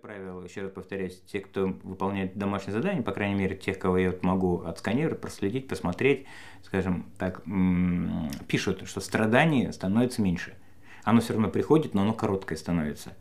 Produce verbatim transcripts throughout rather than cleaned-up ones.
правило, еще раз повторяюсь, те, кто выполняет домашнее задание, по крайней мере, тех, кого я вот могу отсканировать, проследить, посмотреть, скажем так, пишут, что страдание становится меньше. Оно все равно приходит, но оно короткое становится.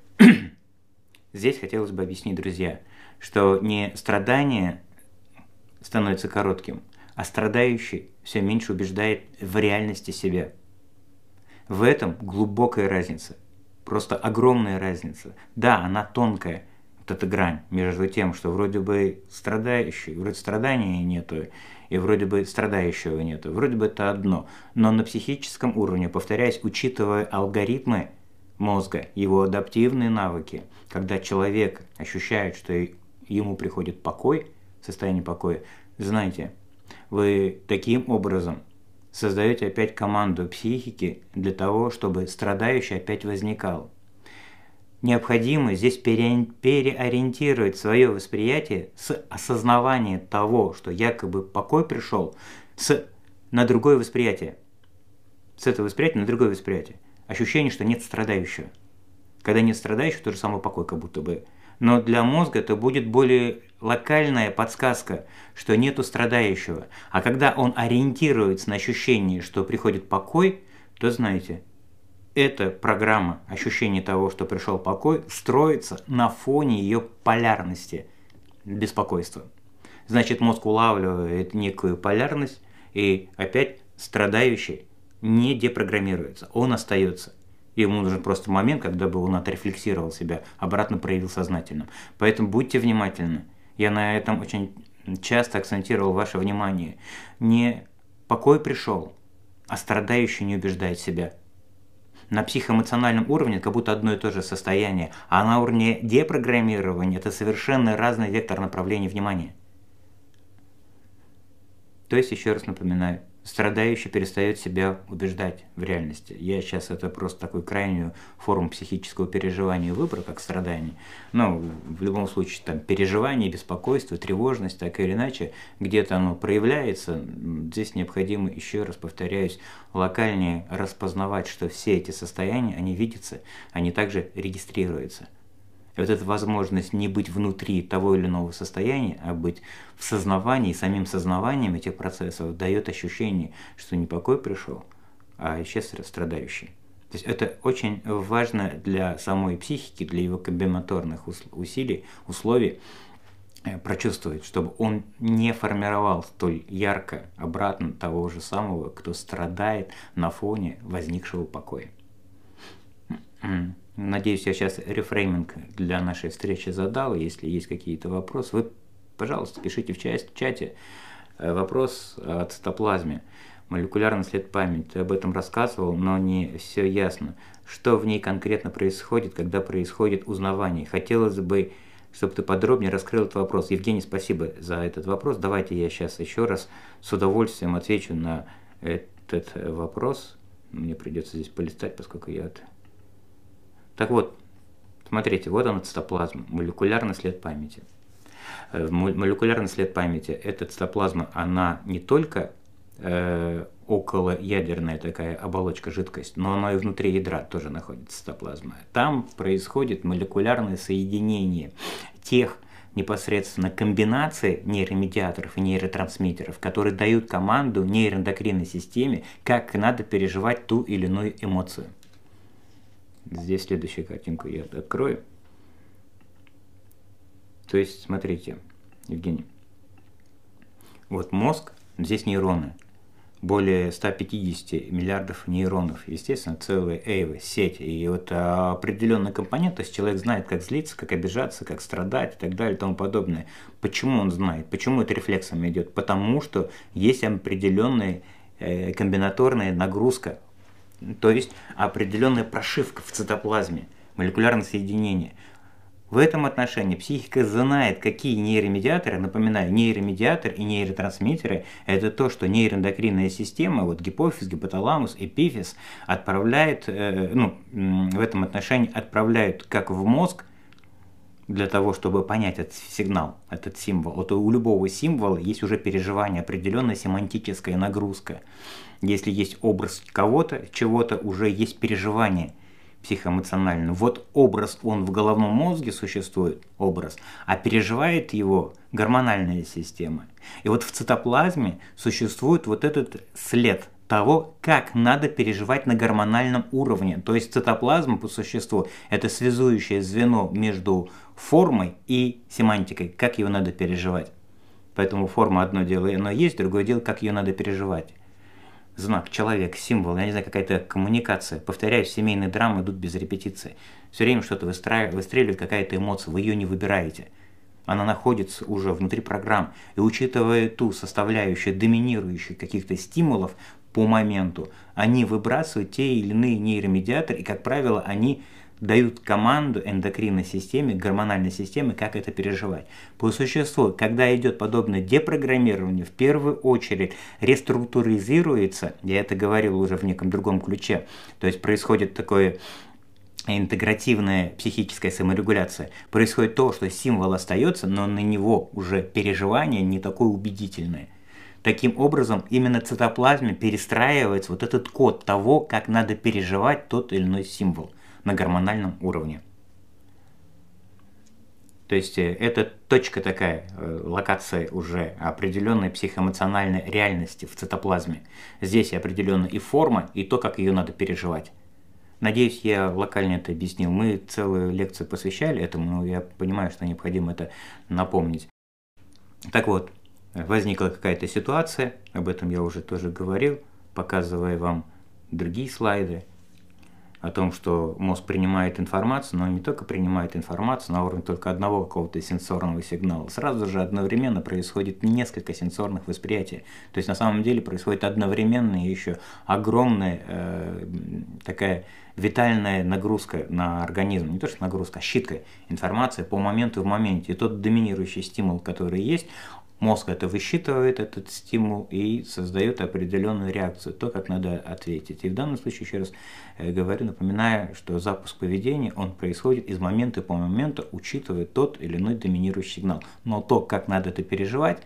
Здесь хотелось бы объяснить, друзья, что не страдание становится коротким, а страдающий все меньше убеждает в реальности себя. В этом глубокая разница, просто огромная разница. Да, она тонкая, вот эта грань между тем, что вроде бы страдающий, вроде страдания нету, и вроде бы страдающего нету. Вроде бы это одно, но на психическом уровне, повторяюсь, учитывая алгоритмы мозга, его адаптивные навыки, когда человек ощущает, что ему приходит покой, состояние покоя, знаете, вы таким образом создаете опять команду психики для того, чтобы страдающий опять возникал. Необходимо здесь переориентировать свое восприятие с осознавания того, что якобы покой пришел, с, на другое восприятие. С этого восприятия на другое восприятие. Ощущение, что нет страдающего. Когда нет страдающего, то же самое покой как будто бы. Но для мозга это будет более локальная подсказка, что нету страдающего. А когда он ориентируется на ощущение, что приходит покой, то знаете, эта программа ощущения того, что пришел покой, строится на фоне ее полярности беспокойства. Значит, мозг улавливает некую полярность, и опять страдающий не депрограммируется, он остается. Ему нужен просто момент, когда бы он отрефлексировал себя, обратно проявил сознательным. Поэтому будьте внимательны. Я на этом очень часто акцентировал ваше внимание. Не покой пришел, а страдающий не убеждает себя. На психоэмоциональном уровне как будто одно и то же состояние, а на уровне депрограммирования это совершенно разный вектор направления внимания. То есть, еще раз напоминаю, страдающий перестает себя убеждать в реальности. Я сейчас это просто такую крайнюю форму психического переживания выбрал, как страдание. Но в любом случае там переживание, беспокойство, тревожность, так или иначе, где-то оно проявляется. Здесь необходимо, еще раз повторяюсь, локальнее распознавать, что все эти состояния, они видятся, они также регистрируются. И вот эта возможность не быть внутри того или иного состояния, а быть в сознавании, самим сознаванием этих процессов дает ощущение, что не покой пришел, а исчез страдающий. То есть это очень важно для самой психики, для его комбинаторных усилий, условий прочувствовать, чтобы он не формировал столь ярко обратно того же самого, кто страдает на фоне возникшего покоя. Надеюсь, я сейчас рефрейминг для нашей встречи задал. Если есть какие-то вопросы, вы, пожалуйста, пишите в чате. Вопрос о цитоплазме. Молекулярный след памяти. Ты об этом рассказывал, но не все ясно. Что в ней конкретно происходит, когда происходит узнавание? Хотелось бы, чтобы ты подробнее раскрыл этот вопрос. Евгений, спасибо за этот вопрос. Давайте я сейчас еще раз с удовольствием отвечу на этот вопрос. Мне придется здесь полистать, поскольку я... Так вот, смотрите, вот она цитоплазма, молекулярный след памяти. Молекулярный след памяти, эта цитоплазма, она не только э, околоядерная такая оболочка, жидкость, но она и внутри ядра тоже находится цитоплазма. Там происходит молекулярное соединение тех непосредственно комбинаций нейромедиаторов и нейротрансмиттеров, которые дают команду нейроэндокринной системе, как надо переживать ту или иную эмоцию. Здесь следующую картинку я открою. То есть, смотрите, Евгений. Вот мозг, здесь нейроны. Более ста пятидесяти миллиардов нейронов. Естественно, целая эйва, сеть. И вот определенный компонент, то есть человек знает, как злиться, как обижаться, как страдать и так далее и тому подобное. Почему он знает? Почему это рефлексом идет? Потому что есть определенная э, комбинаторная нагрузка. То есть определенная прошивка в цитоплазме, молекулярное соединение. В этом отношении психика знает, какие нейромедиаторы, напоминаю, нейромедиатор и нейротрансмиттеры – это то, что нейроэндокринная система, вот гипофиз, гипоталамус, эпифиз, отправляет, э, ну, в этом отношении отправляют как в мозг, для того, чтобы понять этот сигнал, этот символ. Вот у любого символа есть уже переживание, определенная семантическая нагрузка. Если есть образ кого-то, чего-то, уже есть переживание. психоэмоциональную. Вот образ, он в головном мозге существует, образ, а переживает его гормональная система. И вот в цитоплазме существует вот этот след того, как надо переживать на гормональном уровне. То есть цитоплазма по существу это связующее звено между формой и семантикой, как ее надо переживать. Поэтому форма одно дело, оно есть, другое дело, как ее надо переживать. Знак, человек, символ, я не знаю, какая-то коммуникация. Повторяюсь, семейные драмы идут без репетиции. Все время что-то выстреливает, какая-то эмоция, вы ее не выбираете. Она находится уже внутри программ. И учитывая ту составляющую доминирующих каких-то стимулов по моменту, они выбрасывают те или иные нейромедиаторы, и, как правило, они дают команду эндокринной системе, гормональной системе, как это переживать. По существу, когда идет подобное депрограммирование, в первую очередь реструктуризируется, я это говорил уже в неком другом ключе, то есть происходит такое интегративная психическая саморегуляция. Происходит то, что символ остается, но на него уже переживание не такое убедительное. Таким образом, именно в цитоплазме перестраивается вот этот код того, как надо переживать тот или иной символ на гормональном уровне. То есть это точка такая, локация уже определенной психоэмоциональной реальности в цитоплазме. Здесь определена и форма, и то, как ее надо переживать. Надеюсь, я локально это объяснил. Мы целую лекцию посвящали этому, но я понимаю, что необходимо это напомнить. Так вот, возникла какая-то ситуация, об этом я уже тоже говорил, показывая вам другие слайды, о том, что мозг принимает информацию, но он не только принимает информацию на уровне только одного какого-то сенсорного сигнала. Сразу же одновременно происходит несколько сенсорных восприятий. То есть на самом деле происходит одновременно еще огромная э, такая витальная нагрузка на организм. Не то что нагрузка, а щитка информации по моменту в моменте. И тот доминирующий стимул, который есть, мозг это высчитывает, этот стимул, и создает определенную реакцию, то, как надо ответить. И в данном случае, еще раз говорю, напоминаю, что запуск поведения, он происходит из момента по моменту, учитывая тот или иной доминирующий сигнал. Но то, как надо это переживать,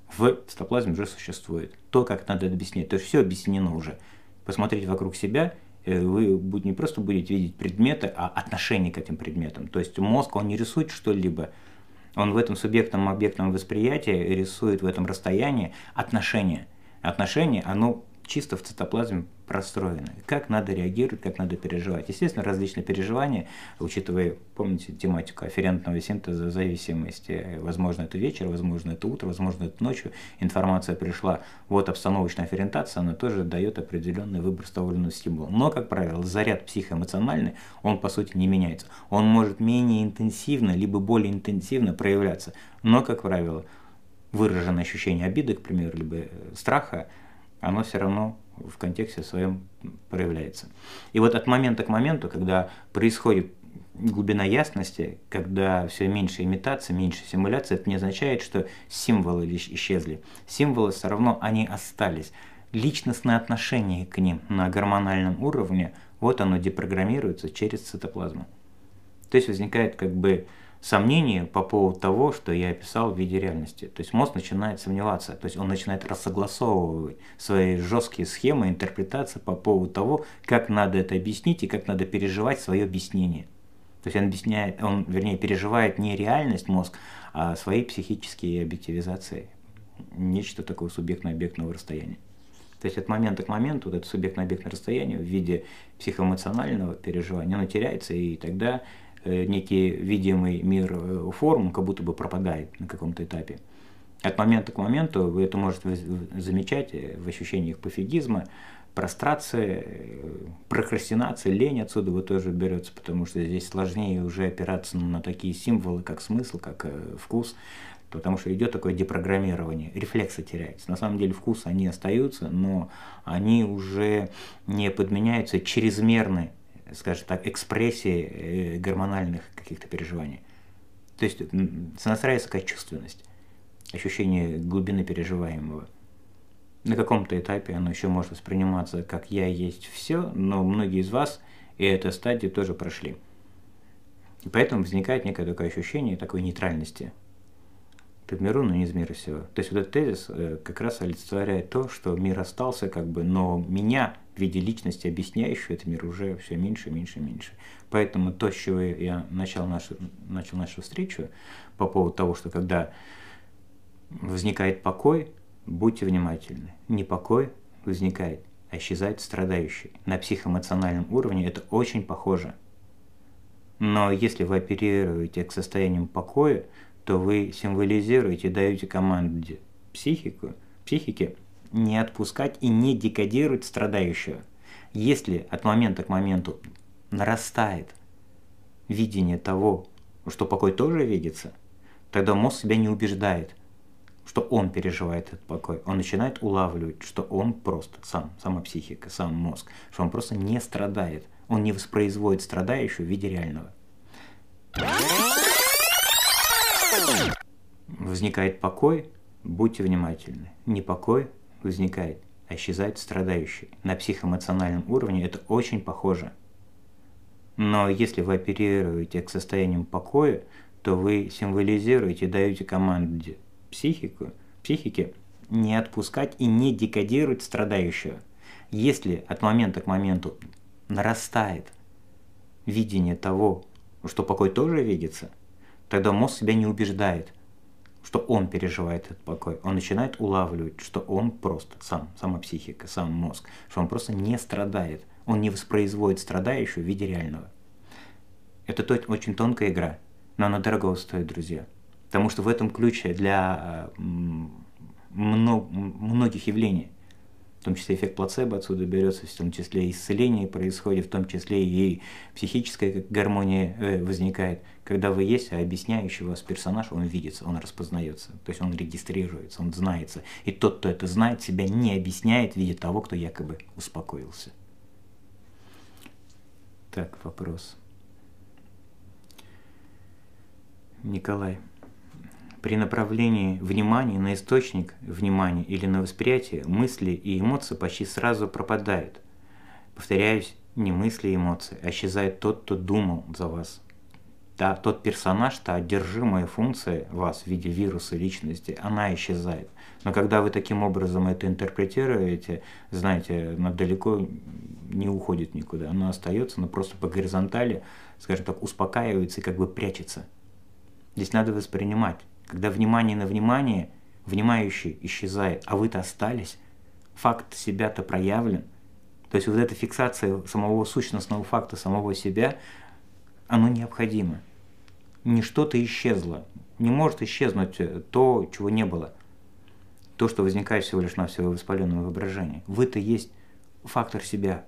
в цитоплазме уже существует. То, как надо это объяснять, то есть все объяснено уже. Посмотрите вокруг себя, вы не просто будете видеть предметы, а отношение к этим предметам. То есть мозг, он не рисует что-либо, он в этом субъектном объектном восприятии рисует в этом расстоянии отношения. Отношения, оно чисто в цитоплазме простроено. Как надо реагировать, как надо переживать. Естественно, различные переживания, учитывая, помните, тематику афферентного синтеза зависимости. Возможно, это вечер, возможно, это утро, возможно, это ночью. Информация пришла. Вот обстановочная афферентация, она тоже дает определенный выбор того или иного стимула. Но, как правило, заряд психоэмоциональный, он, по сути, не меняется. Он может менее интенсивно, либо более интенсивно проявляться. Но, как правило, выраженное ощущение обиды, к примеру, либо страха, оно все равно в контексте своем проявляется. И вот от момента к моменту, когда происходит глубина ясности, когда все меньше имитации, меньше симуляции, это не означает, что символы лишь исчезли. Символы все равно, они остались. Личностное отношение к ним на гормональном уровне, вот оно депрограммируется через цитоплазму. То есть возникает как бы сомнение по поводу того, что я описал в виде реальности. То есть мозг начинает сомневаться, то есть он начинает рассогласовывать свои жесткие схемы, интерпретации по поводу того, как надо это объяснить и как надо переживать свое объяснение. То есть он объясняет, он, вернее, переживает не реальность мозг, а свои психические объективизации, нечто такое субъектно-объектного расстояния. То есть от момента к моменту вот это субъектно-объектное расстояние в виде психоэмоционального переживания, оно теряется, и тогда некий видимый мир форм как будто бы пропадает на каком-то этапе. От момента к моменту вы это можете замечать в ощущениях пофигизма, прострации, прокрастинации, лень отсюда вот тоже берется, потому что здесь сложнее уже опираться на такие символы, как смысл, как вкус, потому что идет такое депрограммирование, рефлексы теряются. На самом деле вкусы они остаются, но они уже не подменяются чрезмерной, скажем так, экспрессии гормональных каких-то переживаний. То есть сонастраивается такая чувственность, ощущение глубины переживаемого. На каком-то этапе оно еще может восприниматься как «я есть все», но многие из вас и эту стадию тоже прошли. И поэтому возникает некое такое ощущение такой нейтральности. Ты в миру, но не из мира всего. То есть вот этот тезис как раз олицетворяет то, что мир остался, как бы, но меня в виде личности, объясняющей этот мир, уже все меньше, меньше, меньше. Поэтому то, с чего я начал нашу, начал нашу встречу, по поводу того, что когда возникает покой, будьте внимательны. Не покой возникает, а исчезает страдающий. На психоэмоциональном уровне это очень похоже. Но если вы оперируете к состояниям покоя, то вы символизируете, даете команде психику, психике не отпускать и не декодировать страдающего. Если от момента к моменту нарастает видение того, что покой тоже видится, тогда мозг себя не убеждает, что он переживает этот покой. Он начинает улавливать, что он просто, сам, сама психика, сам мозг, что он просто не страдает. Он не воспроизводит страдающего в виде реального. Возникает покой, будьте внимательны. Не покой возникает, а исчезает страдающий. На психоэмоциональном уровне это очень похоже. Но если вы оперируете к состояниям покоя, то вы символизируете, даете команде психику, психике не отпускать и не декодировать страдающего. Если от момента к моменту нарастает видение того, что покой тоже видится, тогда мозг себя не убеждает, что он переживает этот покой. Он начинает улавливать, что он просто, сам, сама психика, сам мозг, что он просто не страдает. Он не воспроизводит страдающего в виде реального. Это очень тонкая игра, но она дорого стоит, друзья. Потому что в этом ключе для многих явлений, в том числе эффект плацебо отсюда берется, в том числе исцеление происходит, в том числе и психическая гармония возникает. Когда вы есть, а объясняющий вас персонаж, он видится, он распознается, то есть он регистрируется, он знается. И тот, кто это знает, себя не объясняет в виде того, кто якобы успокоился. Так, вопрос. Николай. При направлении внимания на источник внимания или на восприятие, мысли и эмоции почти сразу пропадают. Повторяюсь, не мысли и эмоции, а исчезает тот, кто думал за вас. Да, тот персонаж, та одержимая функция вас в виде вируса личности, она исчезает. Но когда вы таким образом это интерпретируете, знаете, она далеко не уходит никуда. Она остается, но просто по горизонтали, скажем так, успокаивается и как бы прячется. Здесь надо воспринимать. Когда внимание на внимание, внимающий исчезает, а вы-то остались, факт себя-то проявлен. То есть вот эта фиксация самого сущностного факта, самого себя, оно необходимо. Не что-то исчезло. Не может исчезнуть то, чего не было. То, что возникает всего лишь навсего в воспаленном воображении. Вы-то есть фактор себя.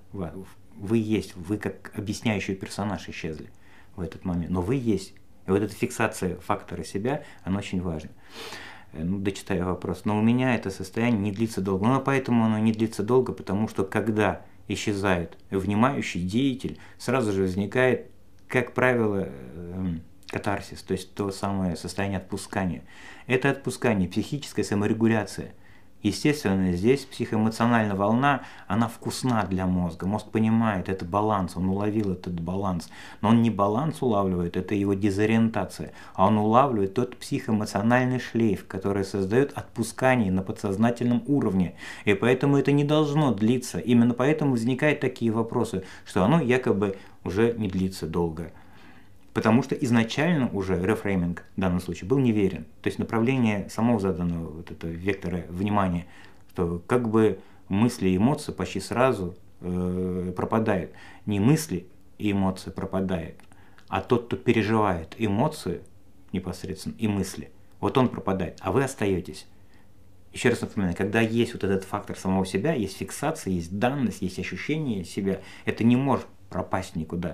Вы есть, вы как объясняющий персонаж исчезли в этот момент. Но вы есть. И вот эта фиксация фактора себя, она очень важна. Ну, дочитаю вопрос. Но у меня это состояние не длится долго. Ну, поэтому оно не длится долго, потому что когда исчезает внимающий деятель, сразу же возникает, как правило, катарсис, то есть то самое состояние отпускания. Это отпускание, психическая саморегуляция. Естественно, здесь психоэмоциональная волна, она вкусна для мозга. Мозг понимает, это баланс, он уловил этот баланс. Но он не баланс улавливает, это его дезориентация, а он улавливает тот психоэмоциональный шлейф, который создает отпускание на подсознательном уровне. И поэтому это не должно длиться. Именно поэтому возникают такие вопросы, что оно якобы уже не длится долго. Потому что изначально уже рефрейминг в данном случае был неверен. То есть направление самого заданного вот этого вектора внимания, что как бы мысли и эмоции почти сразу э, пропадают. Не мысли и эмоции пропадают, а тот, кто переживает эмоции непосредственно и мысли, вот он пропадает, а вы остаетесь. Еще раз напоминаю, когда есть вот этот фактор самого себя, есть фиксация, есть данность, есть ощущение себя, это не может пропасть никуда.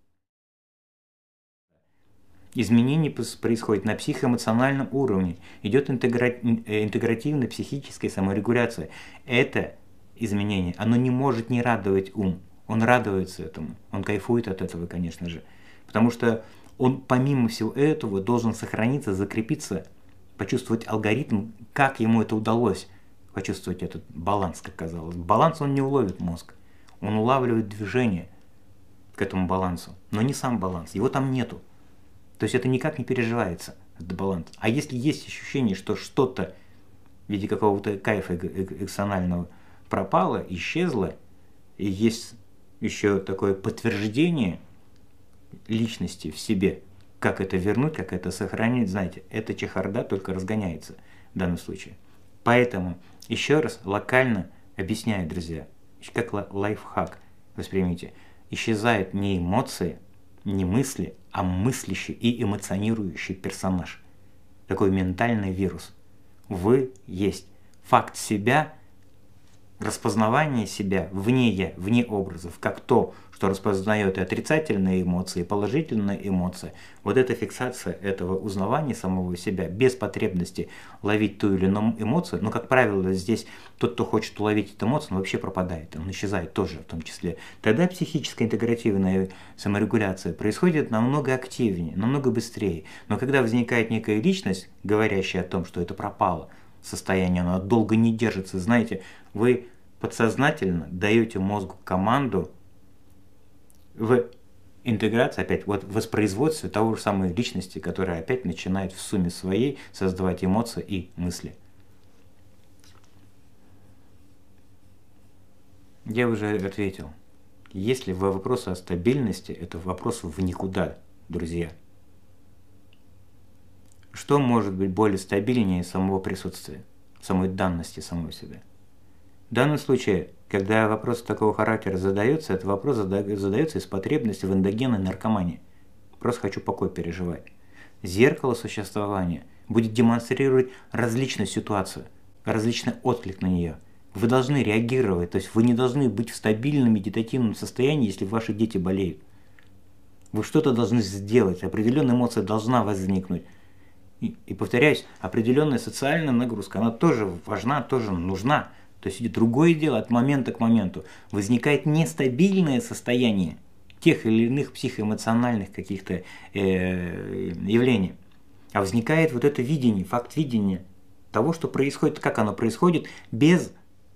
Изменение происходит на психоэмоциональном уровне, идет интегра... интегративная психическая саморегуляция. Это изменение, оно не может не радовать ум, он радуется этому, он кайфует от этого, конечно же, потому что он помимо всего этого должен сохраниться, закрепиться, почувствовать алгоритм, как ему это удалось, почувствовать этот баланс, как казалось. Баланс он не уловит мозг, он улавливает движение к этому балансу, но не сам баланс, его там нету. То есть это никак не переживается, этот баланс. А если есть ощущение, что что-то в виде какого-то кайфа эмоционального пропало, исчезло, и есть еще такое подтверждение личности в себе. Как это вернуть, как это сохранить, знаете, эта чехарда только разгоняется в данном случае. Поэтому еще раз локально объясняю, друзья, как лайфхак воспримите. Исчезают не эмоции, не мысли, а мыслящий и эмоционирующий персонаж. Такой ментальный вирус. Вы есть. Факт себя, распознавание себя вне я, вне образов, как то, что распознает и отрицательные эмоции, и положительные эмоции. Вот эта фиксация этого узнавания самого себя без потребности ловить ту или иную эмоцию, но, как правило, здесь тот, кто хочет уловить эту эмоцию, он вообще пропадает, он исчезает тоже в том числе. Тогда психическая интегративная саморегуляция происходит намного активнее, намного быстрее. Но когда возникает некая личность, говорящая о том, что это пропало, состояние, оно долго не держится, знаете, вы подсознательно даете мозгу команду в интеграции, опять, вот воспроизводстве того же самой личности, которая опять начинает в сумме своей создавать эмоции и мысли. Я уже ответил. Если вопрос о стабильности, это вопрос в никуда, друзья. Что может быть более стабильнее самого присутствия, самой данности самого себя? В данном случае, когда вопрос такого характера задается, этот вопрос задается из потребности в эндогенной наркомании. Просто хочу покой переживать. Зеркало существования будет демонстрировать различную ситуацию, различный отклик на нее. Вы должны реагировать, то есть вы не должны быть в стабильном медитативном состоянии, если ваши дети болеют. Вы что-то должны сделать, определенная эмоция должна возникнуть. И, и повторяюсь, определенная социальная нагрузка, она тоже важна, тоже нужна. То есть другое дело, от момента к моменту возникает нестабильное состояние тех или иных психоэмоциональных каких-то э, явлений. А возникает вот это видение, факт видения того, что происходит, как оно происходит, без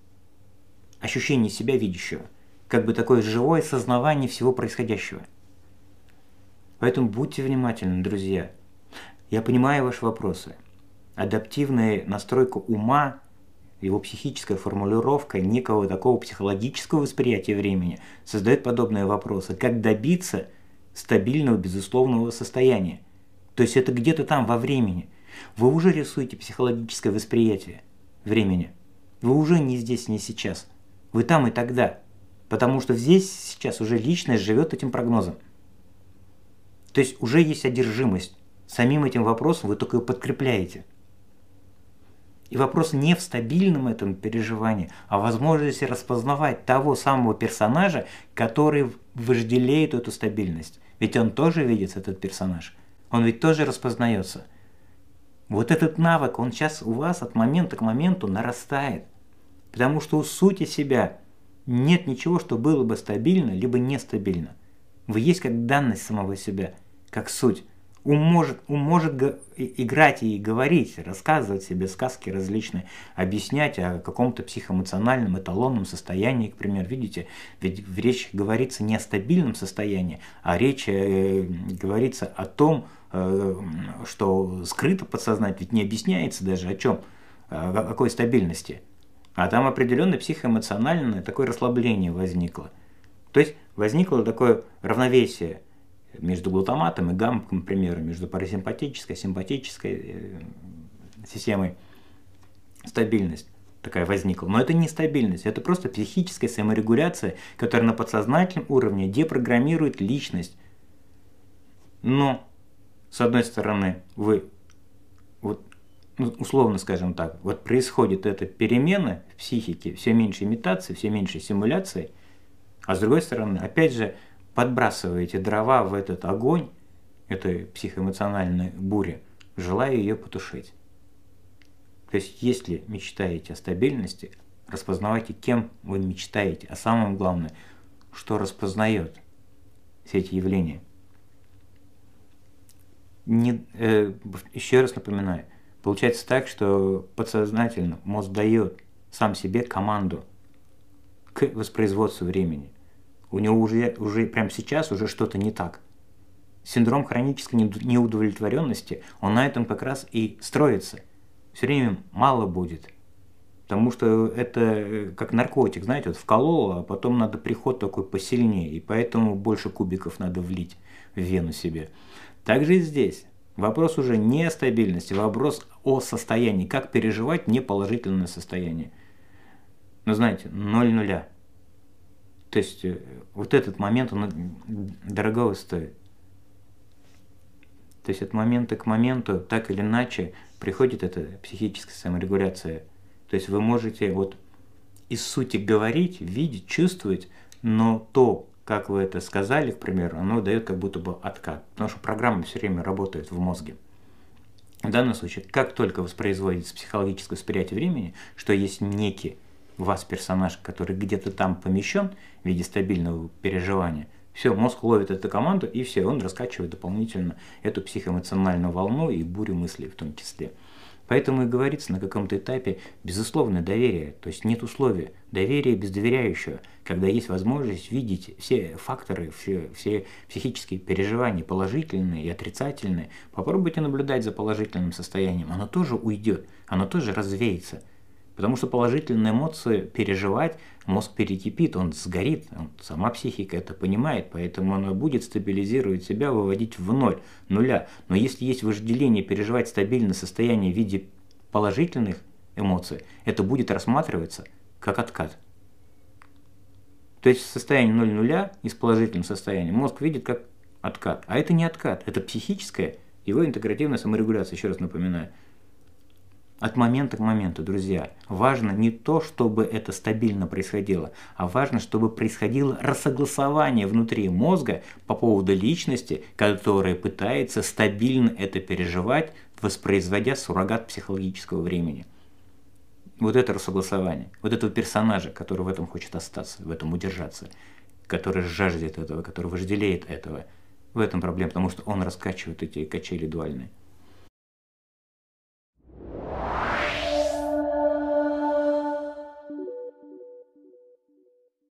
ощущения себя видящего. Как бы такое живое сознавание всего происходящего. Поэтому будьте внимательны, друзья. Я понимаю ваши вопросы. Адаптивная настройка ума, его психическая формулировка некого такого психологического восприятия времени создает подобные вопросы. Как добиться стабильного безусловного состояния? То есть это где-то там во времени. Вы уже рисуете психологическое восприятие времени. Вы уже не здесь, не сейчас. Вы там и тогда. Потому что здесь сейчас уже личность живет этим прогнозом. То есть уже есть одержимость. Самим этим вопросом вы только его подкрепляете. И вопрос не в стабильном этом переживании, а в возможности распознавать того самого персонажа, который вожделеет эту стабильность. Ведь он тоже видит этот персонаж. Он ведь тоже распознается. Вот этот навык, он сейчас у вас от момента к моменту нарастает. Потому что у сути себя нет ничего, что было бы стабильно, либо нестабильно. Вы есть как данность самого себя, как суть. Ум может, ум может играть и говорить, рассказывать себе сказки различные, объяснять о каком-то психоэмоциональном эталонном состоянии, к примеру. Видите, ведь речь говорится не о стабильном состоянии, а речь э, говорится о том, э, что скрыто подсознательно, ведь не объясняется даже о чем, о какой стабильности. А там определенное психоэмоциональное такое расслабление возникло. То есть возникло такое равновесие между глутаматом и гаммком, к примеру, между парасимпатической и симпатической системой. Стабильность такая возникла. Но это не стабильность, это просто психическая саморегуляция, которая на подсознательном уровне депрограммирует личность. Но, с одной стороны, вы, вот, ну, условно скажем так, вот происходит эта перемена в психике, все меньше имитации, все меньше симуляции, а с другой стороны, опять же, подбрасываете дрова в этот огонь, этой психоэмоциональной бури, желая ее потушить. То есть, если мечтаете о стабильности, распознавайте, кем вы мечтаете, а самое главное, что распознает все эти явления. Не, э, еще раз напоминаю, получается так, что подсознательно мозг дает сам себе команду к воспроизводству времени. У него уже, уже прямо сейчас уже что-то не так. Синдром хронической неудовлетворенности, он на этом как раз и строится. Все время мало будет. Потому что это как наркотик, знаете, вот вколол, а потом надо приход такой посильнее, и поэтому больше кубиков надо влить в вену себе. Также и здесь. Вопрос уже не о стабильности, вопрос о состоянии, как переживать неположительное состояние. Ну, знаете, ноль нуля. То есть вот этот момент, он дорого стоит. То есть от момента к моменту, так или иначе, приходит эта психическая саморегуляция. То есть вы можете вот из сути говорить, видеть, чувствовать, но то, как вы это сказали, к примеру, оно дает как будто бы откат. Потому что программа все время работает в мозге. В данном случае, как только воспроизводится психологическое восприятие времени, что есть некий вас персонаж, который где-то там помещен в виде стабильного переживания, все, мозг ловит эту команду, и все, он раскачивает дополнительно эту психоэмоциональную волну и бурю мыслей в том числе. Поэтому и говорится на каком-то этапе безусловное доверие, то есть нет условия. Доверие без доверяющего, когда есть возможность видеть все факторы, все, все психические переживания, положительные и отрицательные. Попробуйте наблюдать за положительным состоянием, оно тоже уйдет, оно тоже развеется. Потому что положительные эмоции переживать, мозг перекипит, он сгорит, он, сама психика это понимает, поэтому она будет стабилизировать себя, выводить в ноль, нуля. Но если есть вожделение переживать стабильное состояние в виде положительных эмоций, это будет рассматриваться как откат. То есть состояние ноль нуля из положительного состояния мозг видит как откат. А это не откат, это психическая, его интегративная саморегуляция, еще раз напоминаю. От момента к моменту, друзья, важно не то, чтобы это стабильно происходило, а важно, чтобы происходило рассогласование внутри мозга по поводу личности, которая пытается стабильно это переживать, воспроизводя суррогат психологического времени. Вот это рассогласование, вот этого персонажа, который в этом хочет остаться, в этом удержаться, который жаждет этого, который вожделеет этого, в этом проблема, потому что он раскачивает эти качели дуальные.